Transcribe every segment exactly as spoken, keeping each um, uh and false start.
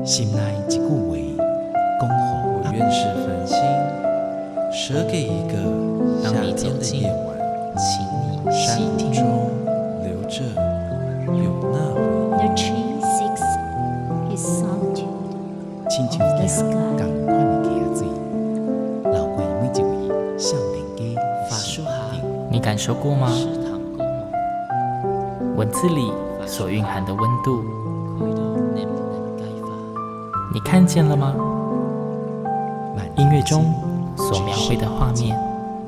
心内一句话，讲好我愿是繁星，舍给一个夏天的夜晚， 请你山细听。 谷中留着有那回 The tree seeks his solitude 亲像 of the 行 sky. 同款的溪水，流过每一位少年家法术哈， 你感受过吗？ 是糖果吗？ 文字里所蕴含的温度， 开到你唔能解法。 你看见了吗？ 万音乐中所描绘的画面，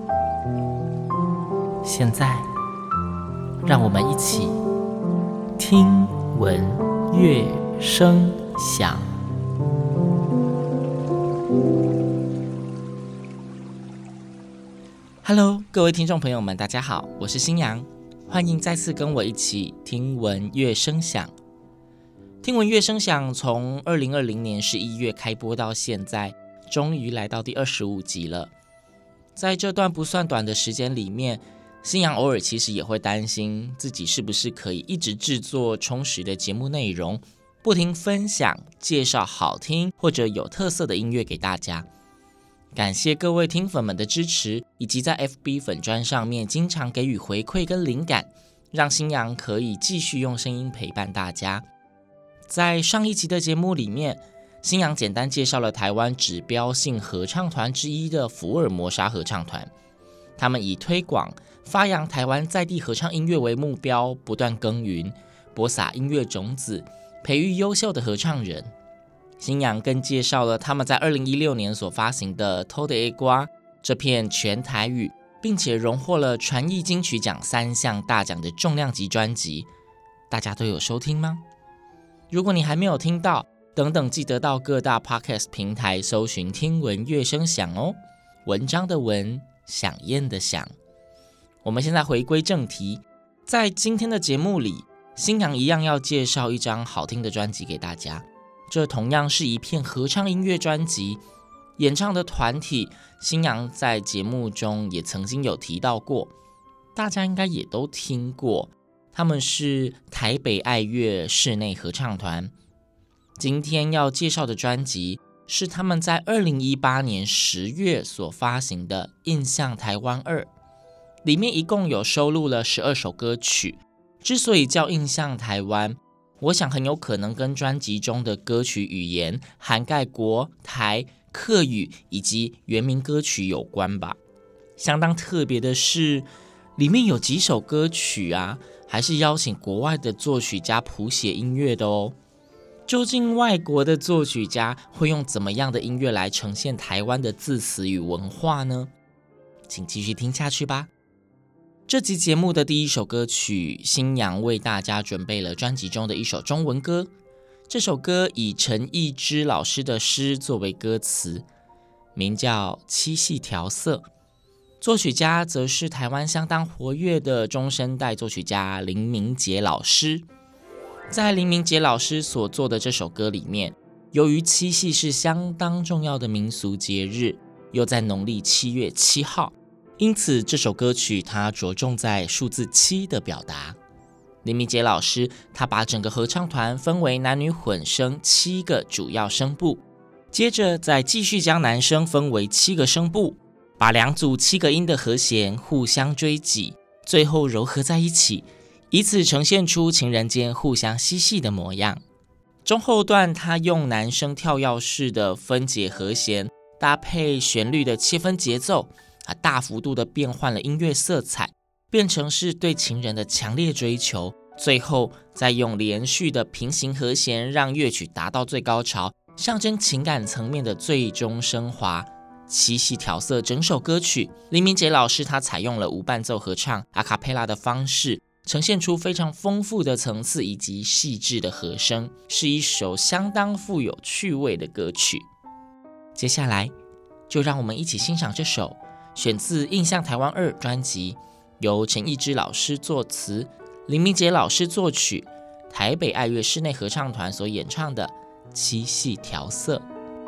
现在让我们一起听闻乐声响。Hello， 各位听众朋友们，大家好，我是新阳，欢迎再次跟我一起听闻乐声响。听闻乐声响从二零二零年十一月开播到现在，终于来到第二十五集了。在这段不算短的时间里面，新阳偶尔其实也会担心自己是不是可以一直制作充实的节目内容，不停分享介绍好听或者有特色的音乐给大家。感谢各位听粉们的支持，以及在 F B 粉专上面经常给予回馈跟灵感，让新阳可以继续用声音陪伴大家。在上一集的节目里面，新阳简单介绍了台湾指标性合唱团之一的福尔摩沙合唱团。他们以推广、发扬台湾在地合唱音乐为目标，不断耕耘，播撒音乐种子，培育优秀的合唱人。新阳更介绍了他们在二零一六年所发行的《偷的 A 瓜》这片全台语，并且荣获了传艺金曲奖三项大奖的重量级专辑。大家都有收听吗？如果你还没有听到，等等记得到各大 Podcast 平台搜寻听闻乐声响哦，文章的文，响宴的响。我们现在回归正题，在今天的节目里，新阳一样要介绍一张好听的专辑给大家。这同样是一片合唱音乐专辑，演唱的团体新阳在节目中也曾经有提到过，大家应该也都听过，他们是台北爱乐室内合唱团。今天要介绍的专辑是他们在二零一八年十月所发行的《印象台湾二》，里面一共有收录了十二首歌曲。之所以叫印象台湾，我想很有可能跟专辑中的歌曲语言涵盖国、台、客语以及原民歌曲有关吧。相当特别的是，里面有几首歌曲啊，还是邀请国外的作曲家谱写音乐的哦。究竟外国的作曲家会用怎么样的音乐来呈现台湾的字词与文化呢？请继续听下去吧。这集节目的第一首歌曲，新阳为大家准备了专辑中的一首中文歌。这首歌以陈奕之老师的诗作为歌词，名叫《七系调色》。作曲家则是台湾相当活跃的中生代作曲家林明杰老师。在林明杰老师所做的这首歌里面，由于七夕是相当重要的民俗节日，又在农历七月七号，因此这首歌曲它着重在数字七的表达。林明杰老师他把整个合唱团分为男女混声七个主要声部，接着再继续将男声分为七个声部，把两组七个音的和弦互相追挤，最后糅合在一起，以此呈现出情人间互相嬉戏的模样。中后段他用男声跳跃式的分解和弦，搭配旋律的切分节奏，大幅度的变换了音乐色彩，变成是对情人的强烈追求，最后再用连续的平行和弦让乐曲达到最高潮，象征情感层面的最终升华。七系调色整首歌曲，林明杰老师他采用了无伴奏合唱阿卡贝拉的方式，呈现出非常丰富的层次以及细致的和声，是一首相当富有趣味的歌曲。接下来就让我们一起欣赏这首选自《印象台湾二》专辑，由陈奕之老师作词，林明杰老师作曲，台北爱乐室内合唱团所演唱的《七系调色》。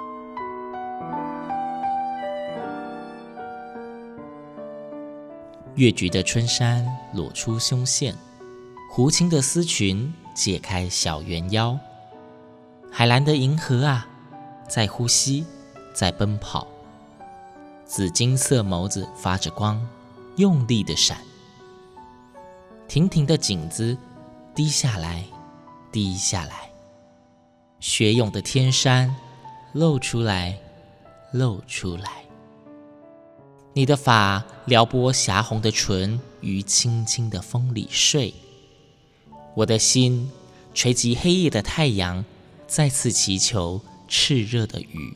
越橘的春衫裸出胸线，胡琴的丝裙解开小圆腰， 海蓝的银河啊，在呼吸，在奔跑。紫金色眸子发着光，用力的闪。亭亭的颈子低下来，低下来。雪涌的天山露出来，露出来。你的发撩拨霞红的唇，于轻轻的风里睡。我的心垂及黑夜的太阳，再次祈求炽热的雨。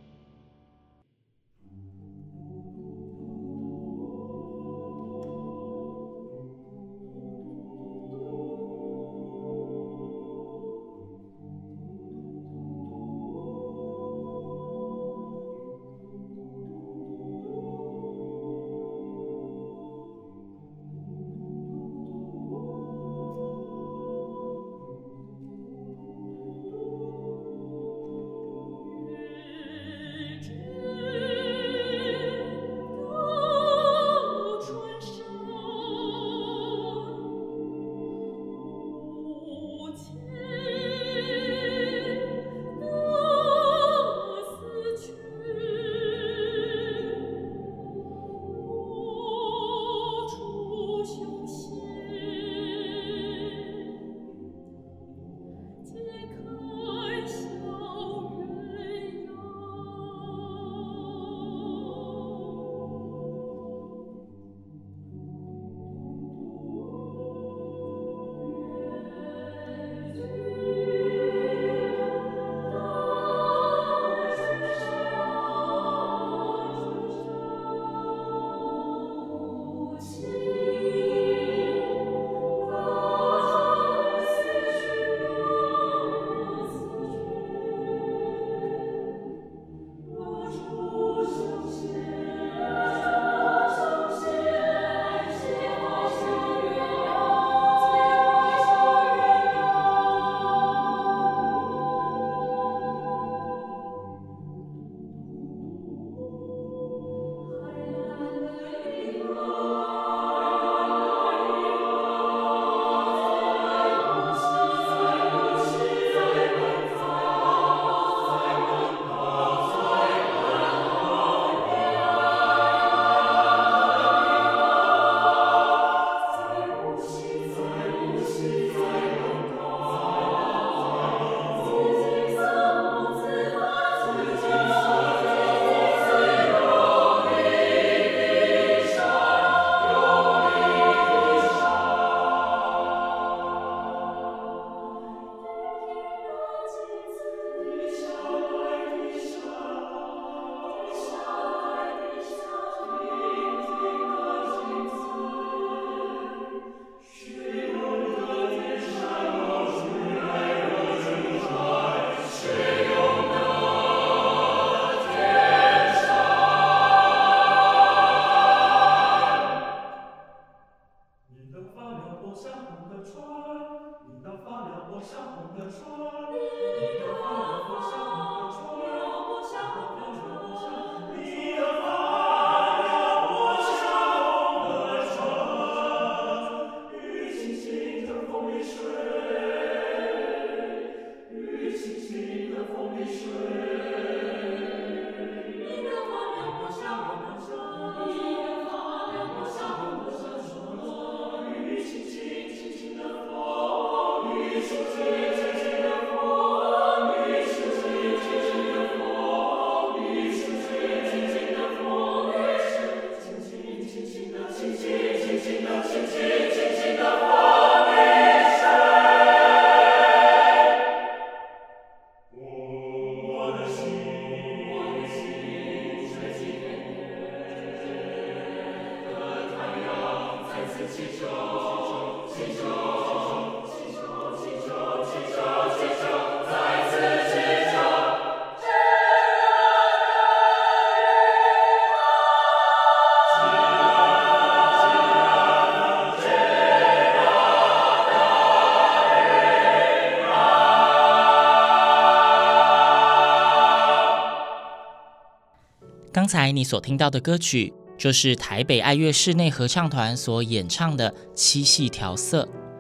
刚才你所听到的歌曲，就是台北爱乐室内合唱团所演唱的《七系调色》。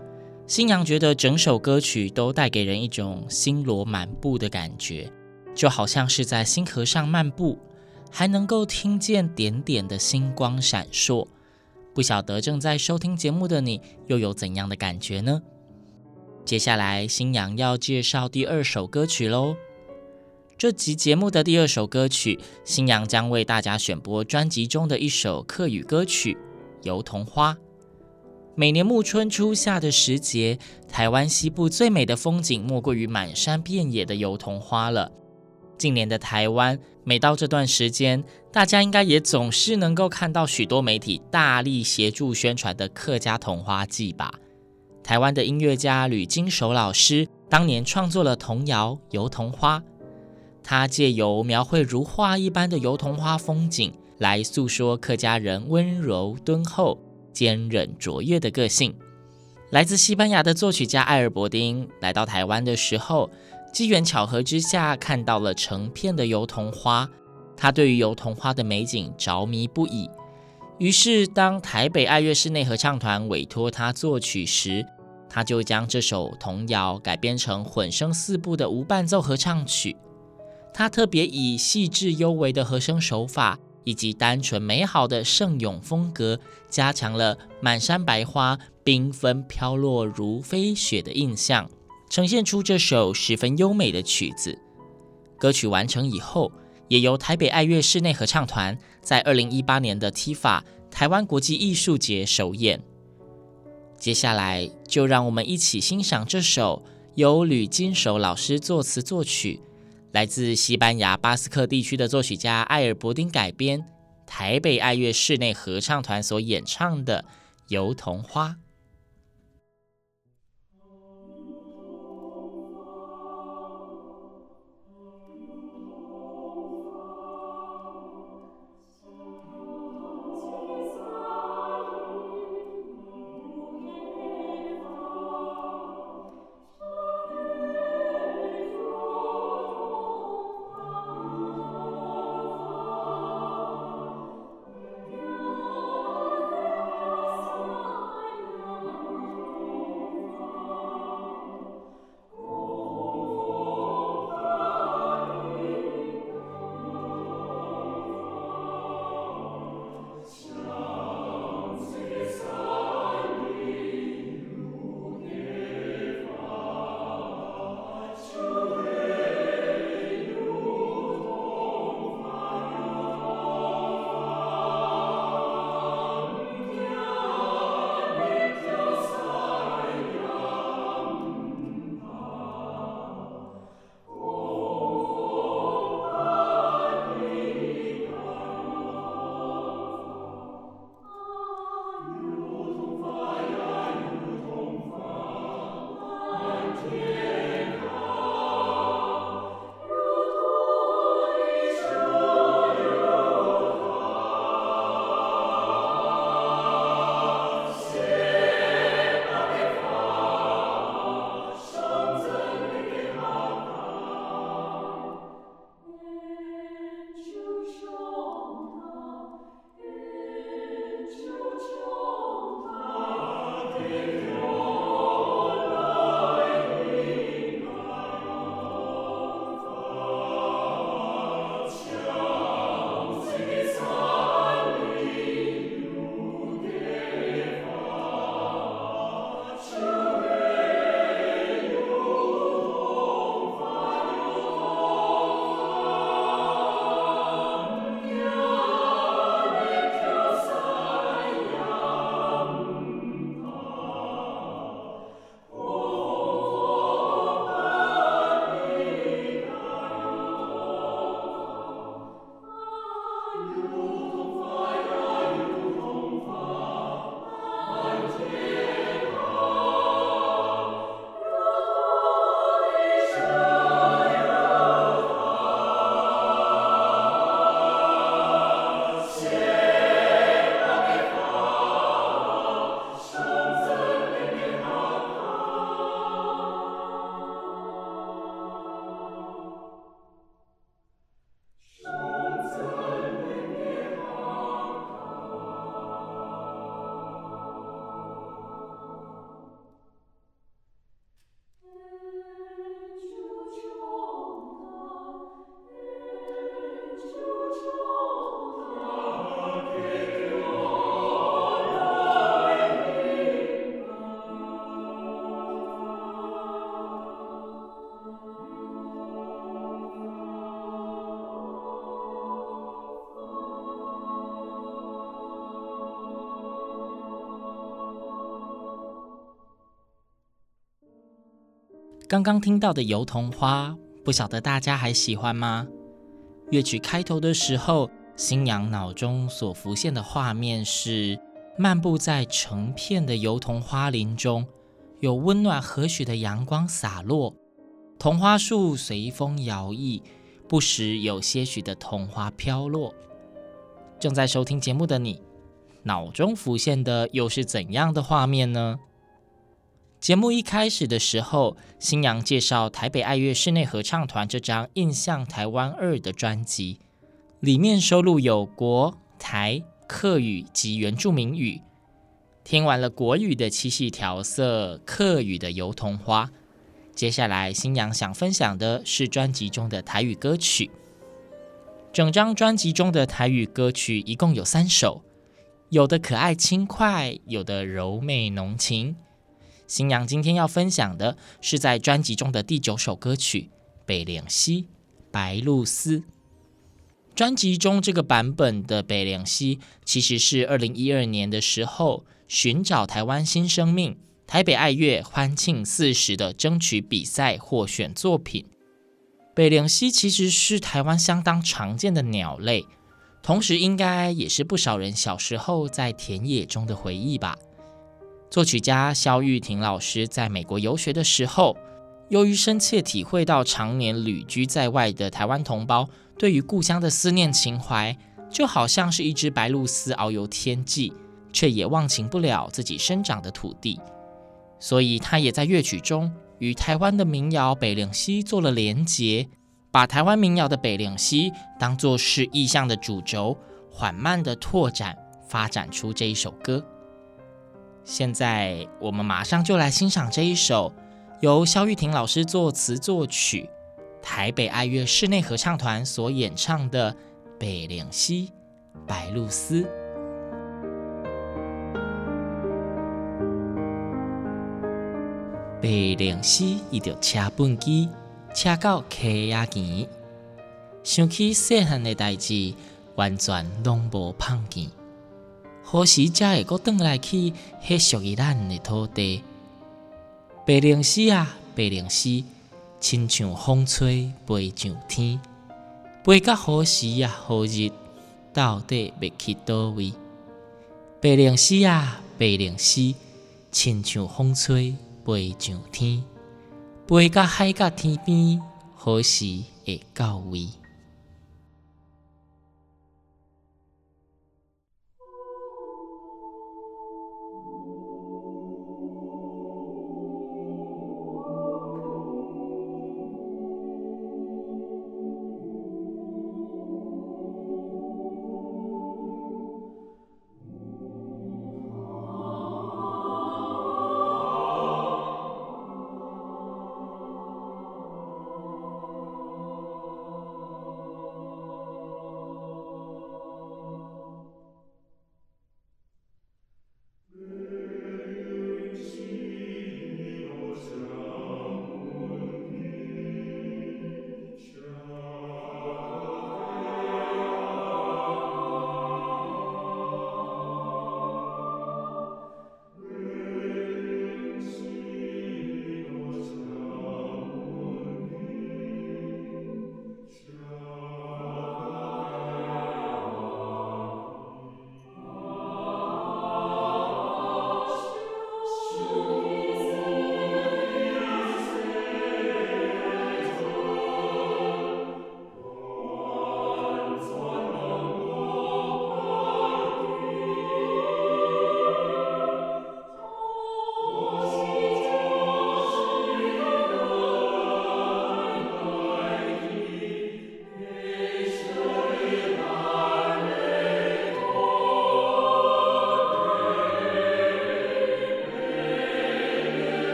新阳觉得整首歌曲都带给人一种星罗满布的感觉，就好像是在星河上漫步，还能够听见点点的星光闪烁。不晓得正在收听节目的你又有怎样的感觉呢？接下来新阳要介绍第二首歌曲咯。这集节目的第二首歌曲，新阳将为大家选播专辑中的一首客语歌曲《油桐花》。每年暮春初夏的时节，台湾西部最美的风景莫过于满山遍野的油桐花了。近年的台湾，每到这段时间，大家应该也总是能够看到许多媒体大力协助宣传的客家桐花季吧。台湾的音乐家吕金守老师当年创作了童谣《油桐花》，他借由描绘如画一般的油桐花风景，来诉说客家人温柔敦厚、坚韧卓越的个性。来自西班牙的作曲家艾尔伯丁来到台湾的时候，机缘巧合之下看到了成片的油桐花，他对于油桐花的美景着迷不已。于是当台北爱乐室内合唱团委托他作曲时，他就将这首童谣改编成混声四部的无伴奏合唱曲。他特别以细致优微的和声手法以及单纯美好的圣咏风格，加强了满山白花缤纷飘落如飞雪的印象，呈现出这首十分优美的曲子。歌曲完成以后，也由台北爱乐室内合唱团在二零一八年的 T I F A 台湾国际艺术节首演。接下来就让我们一起欣赏这首由吕金守老师作词作曲，来自西班牙巴斯克地区的作曲家艾尔伯丁改编，台北爱乐室内合唱团所演唱的《油桐花》。 Thank you. 刚刚听到的《油桐花》，不晓得大家还喜欢吗？乐曲开头的时候，新娘脑中所浮现的画面是漫步在成片的油桐花林中，有温暖和煦的阳光洒落，桐花树随风摇曳，不时有些许的桐花飘落。正在收听节目的你，脑中浮现的又是怎样的画面呢？节目一开始的时候，新娘介绍台北爱乐室内合唱团这张《印象台湾二》的专辑，里面收录有国、台、客语及原住民语。听完了国语的七系调色，客语的油桐花，接下来新娘想分享的是专辑中的台语歌曲。整张专辑中的台语歌曲一共有三首，有的可爱轻快，有的柔美浓情。新娘今天要分享的是在专辑中的第九首歌曲《北凉溪白鹭丝》。专辑中这个版本的《北凉溪》其实是二零一二年的时候寻找台湾新生命台北爱乐欢庆四十的争取比赛获选作品。北凉溪其实是台湾相当常见的鸟类，同时应该也是不少人小时候在田野中的回忆吧。作曲家萧玉婷老师在美国游学的时候，由于深切体会到常年旅居在外的台湾同胞对于故乡的思念情怀，就好像是一只白鹭鸶遨游天际，却也忘情不了自己生长的土地。所以他也在乐曲中与台湾的民谣《北凉溪》做了连结，把台湾民谣的北凉溪当作是意象的主轴，缓慢的拓展发展出这一首歌。现在我们马上就来欣赏这一首由萧玉婷老师作词作曲，台北爱乐室内合唱团所演唱的《北凉溪白鹭丝》。北凉溪伊就车本机，车到溪仔墘，想起细汉的代志，完全拢无芳见。何时才会阁转来去迄属于咱的土地？北凉溪啊，北凉溪，亲像风吹飞上天，飞到何时啊，何日？到底要去倒位？北凉溪啊，北凉溪，亲像风吹飞上天，飞到海角天边，何时会到位？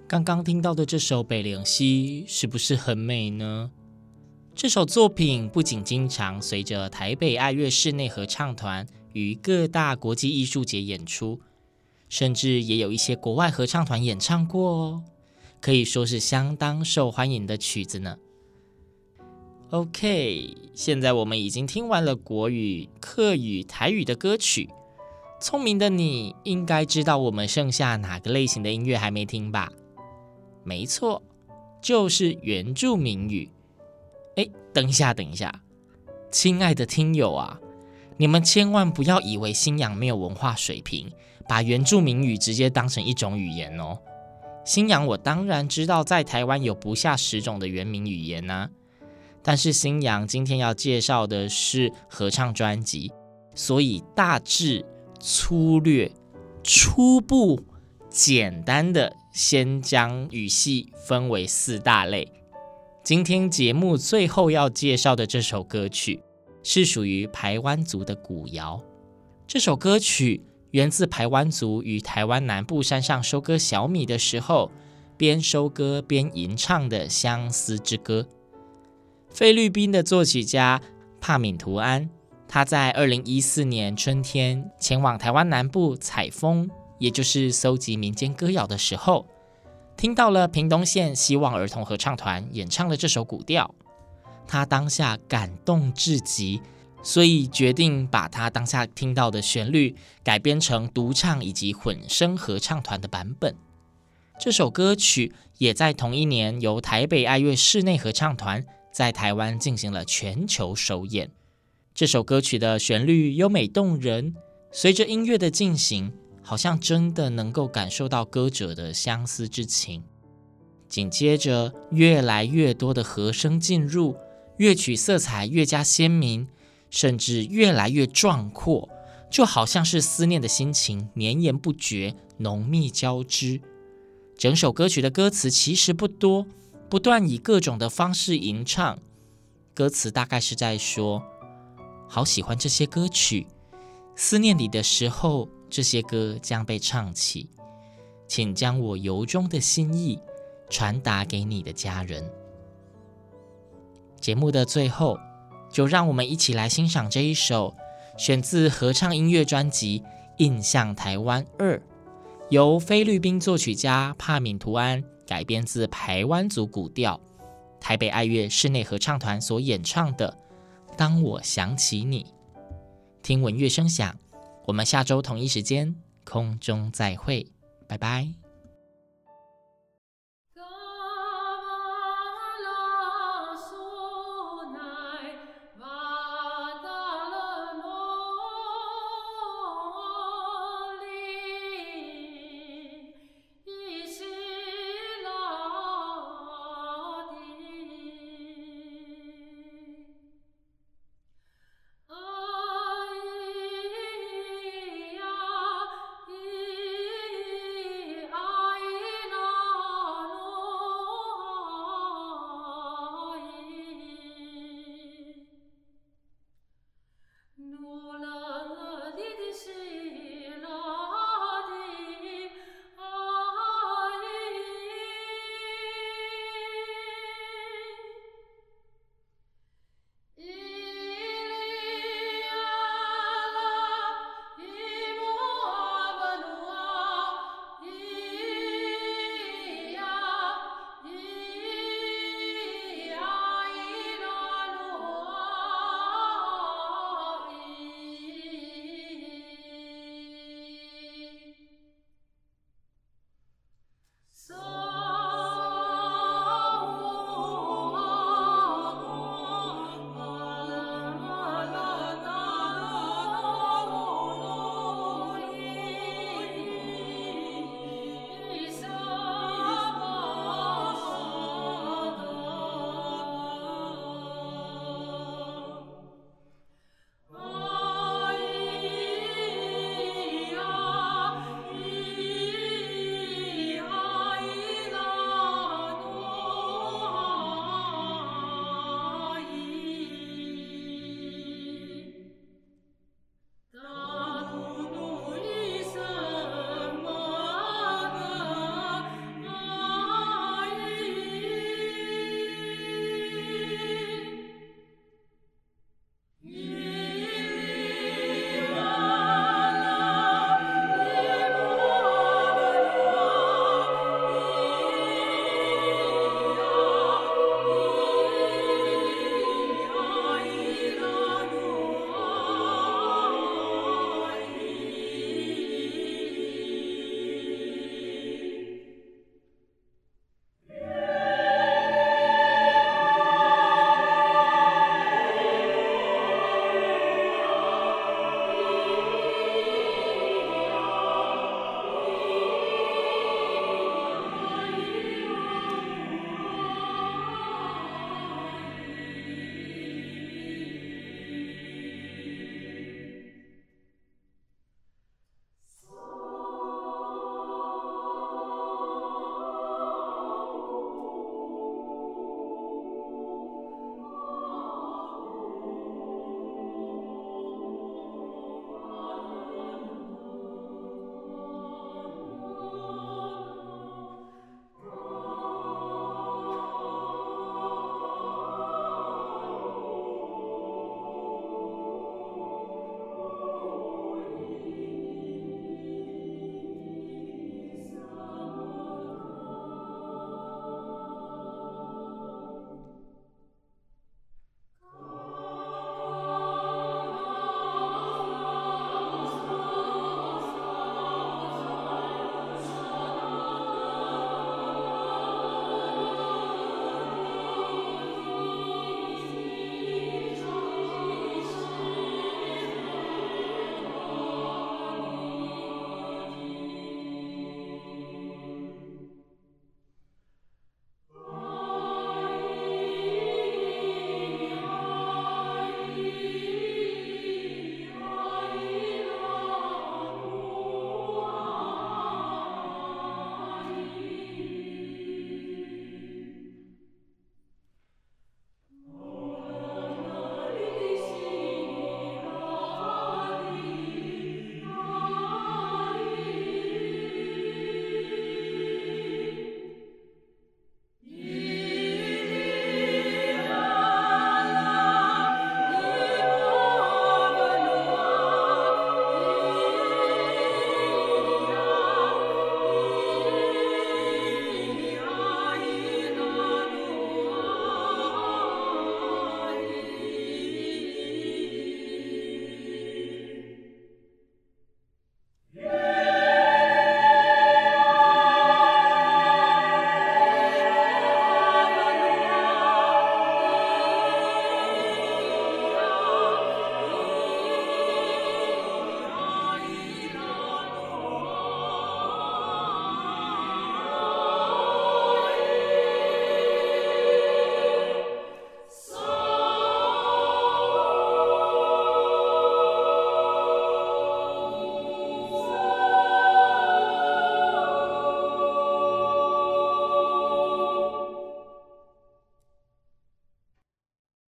刚刚听到的这首《北凉西》是不是很美呢？这首作品不仅经常随着台北爱乐室内合唱团于各大国际艺术节演出，甚至也有一些国外合唱团演唱过哦，可以说是相当受欢迎的曲子呢。OK， 现在我们已经听完了国语、客语、台语的歌曲，聪明的你应该知道我们剩下哪个类型的音乐还没听吧？没错，就是原住民语。诶，等一下，等一下，亲爱的听友啊，你们千万不要以为新阳没有文化水平，把原住民语直接当成一种语言哦。新阳我当然知道，在台湾有不下十种的原民语言啊，但是新阳今天要介绍的是合唱专辑，所以大致、粗略、初步、简单的先将语系分为四大类。今天节目最后要介绍的这首歌曲是属于排湾族的古谣。这首歌曲源自排湾族于台湾南部山上收割小米的时候，边收割边吟唱的相思之歌。菲律宾的作曲家帕敏图安，他在二零一四年春天前往台湾南部采风，也就是搜集民间歌谣的时候，听到了屏东县希望儿童合唱团演唱了这首古调，他当下感动至极，所以决定把他当下听到的旋律改编成独唱以及混声合唱团的版本。这首歌曲也在同一年由台北爱乐室内合唱团在台湾进行了全球首演。这首歌曲的旋律优美动人，随着音乐的进行，好像真的能够感受到歌者的相思之情。紧接着越来越多的和声进入，乐曲色彩越加鲜明，甚至越来越壮阔，就好像是思念的心情绵延不绝，浓密交织。整首歌曲的歌词其实不多，不断以各种的方式吟唱。歌词大概是在说，好喜欢这些歌曲，思念你的时候，这些歌将被唱起，请将我由衷的心意传达给你的家人。节目的最后，就让我们一起来欣赏这一首选自合唱音乐专辑《印象台湾二》，由菲律宾作曲家帕敏图安改编自排湾族古调，台北爱乐室内合唱团所演唱的《当我想起你》。听闻乐声响，我们下周同一时间空中再会，拜拜。